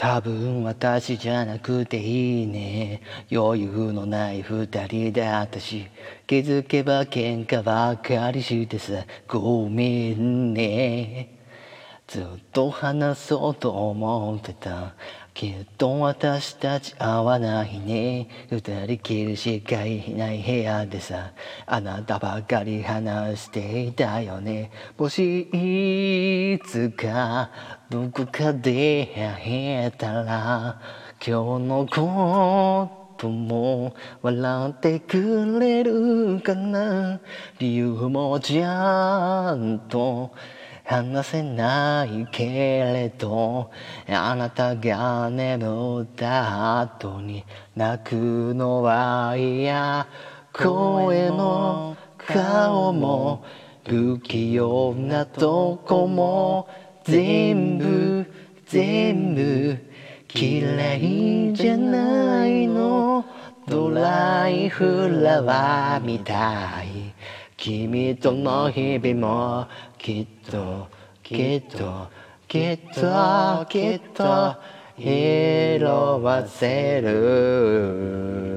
多分私じゃなくていいね。余裕のない二人だったし、気づけば喧嘩ばかりしてさ、ごめんね。ずっと話そうと思ってたけど私たち会わないね。二人きりしかいない部屋でさ、あなたばかり話していたよね。もしいつかどこかで会えたら、今日のことも笑ってくれるかな。理由もちゃんと話せないけれど、あなたが眠った後に泣くのは嫌。声も顔も不器用なとこも全部嫌いじゃないの。ドライフラワーみたい。君との日々もきっと色褪せる。